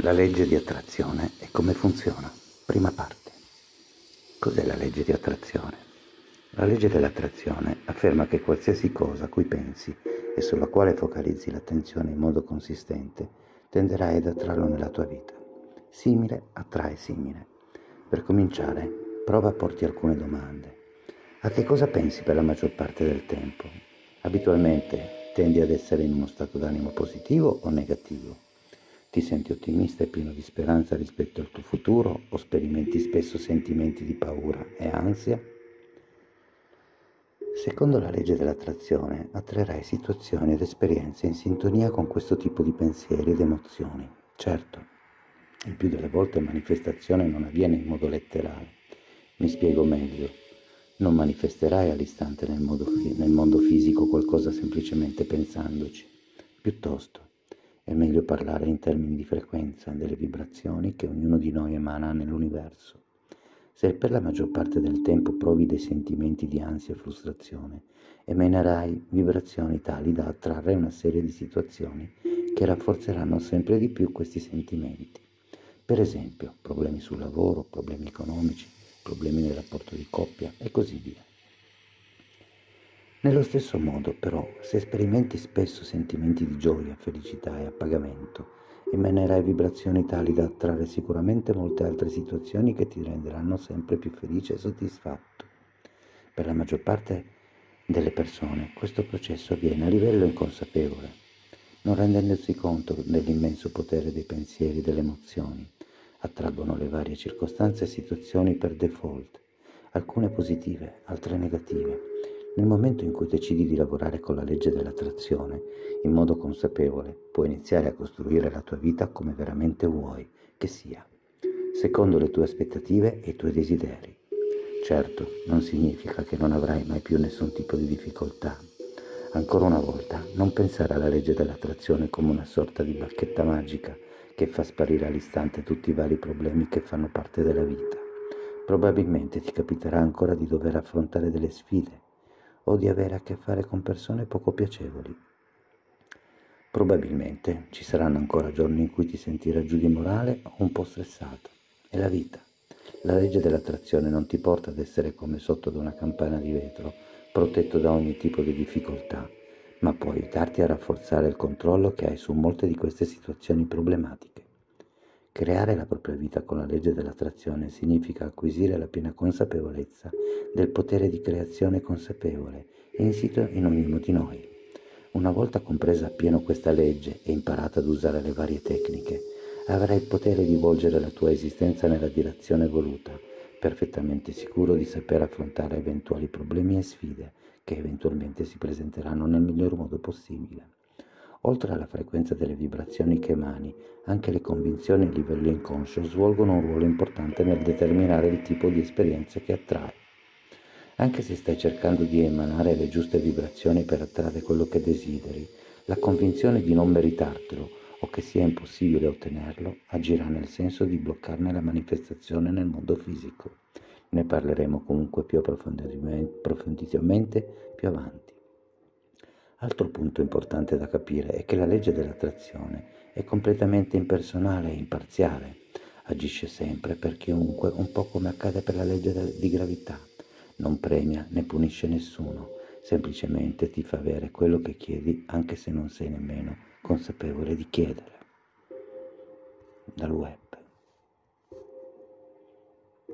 La legge di attrazione e come funziona. Prima parte. Cos'è la legge di attrazione? La legge dell'attrazione afferma che qualsiasi cosa a cui pensi e sulla quale focalizzi l'attenzione in modo consistente tenderai ad attrarlo nella tua vita. Simile attrae simile. Per cominciare, prova a porti alcune domande. A che cosa pensi per la maggior parte del tempo? Abitualmente tendi ad essere in uno stato d'animo positivo o negativo? Ti senti ottimista e pieno di speranza rispetto al tuo futuro o sperimenti spesso sentimenti di paura e ansia? Secondo la legge dell'attrazione, attrarrai situazioni ed esperienze in sintonia con questo tipo di pensieri ed emozioni. Certo, il più delle volte la manifestazione non avviene in modo letterale. Mi spiego meglio. Non manifesterai all'istante nel mondo fisico qualcosa semplicemente pensandoci. Piuttosto, è meglio parlare in termini di frequenza, delle vibrazioni che ognuno di noi emana nell'universo. Se per la maggior parte del tempo provi dei sentimenti di ansia e frustrazione, emanerai vibrazioni tali da attrarre una serie di situazioni che rafforzeranno sempre di più questi sentimenti. Per esempio, problemi sul lavoro, problemi economici, problemi nel rapporto di coppia e così via. Nello stesso modo, però, se sperimenti spesso sentimenti di gioia, felicità e appagamento, emanerai vibrazioni tali da attrarre sicuramente molte altre situazioni che ti renderanno sempre più felice e soddisfatto. Per la maggior parte delle persone questo processo avviene a livello inconsapevole, non rendendosi conto dell'immenso potere dei pensieri e delle emozioni. Attraggono le varie circostanze e situazioni per default, alcune positive, altre negative. Nel momento in cui decidi di lavorare con la legge dell'attrazione, in modo consapevole, puoi iniziare a costruire la tua vita come veramente vuoi che sia, secondo le tue aspettative e i tuoi desideri. Certo, non significa che non avrai mai più nessun tipo di difficoltà. Ancora una volta, non pensare alla legge dell'attrazione come una sorta di bacchetta magica che fa sparire all'istante tutti i vari problemi che fanno parte della vita. Probabilmente ti capiterà ancora di dover affrontare delle sfide o di avere a che fare con persone poco piacevoli. Probabilmente ci saranno ancora giorni in cui ti sentirai giù di morale o un po' stressato. È la vita. La legge dell'attrazione non ti porta ad essere come sotto ad una campana di vetro, protetto da ogni tipo di difficoltà, ma può aiutarti a rafforzare il controllo che hai su molte di queste situazioni problematiche. Creare la propria vita con la legge dell'attrazione significa acquisire la piena consapevolezza del potere di creazione consapevole insito in ognuno di noi. Una volta compresa appieno questa legge e imparata ad usare le varie tecniche, avrai il potere di volgere la tua esistenza nella direzione voluta, perfettamente sicuro di saper affrontare eventuali problemi e sfide che eventualmente si presenteranno nel miglior modo possibile. Oltre alla frequenza delle vibrazioni che emani, anche le convinzioni a livello inconscio svolgono un ruolo importante nel determinare il tipo di esperienze che attrai. Anche se stai cercando di emanare le giuste vibrazioni per attrarre quello che desideri, la convinzione di non meritartelo o che sia impossibile ottenerlo agirà nel senso di bloccarne la manifestazione nel mondo fisico. Ne parleremo comunque più approfonditamente più avanti. Altro punto importante da capire è che la legge dell'attrazione è completamente impersonale e imparziale. Agisce sempre per chiunque, un po' come accade per la legge di gravità. Non premia né punisce nessuno, semplicemente ti fa avere quello che chiedi anche se non sei nemmeno consapevole di chiedere. Dal web.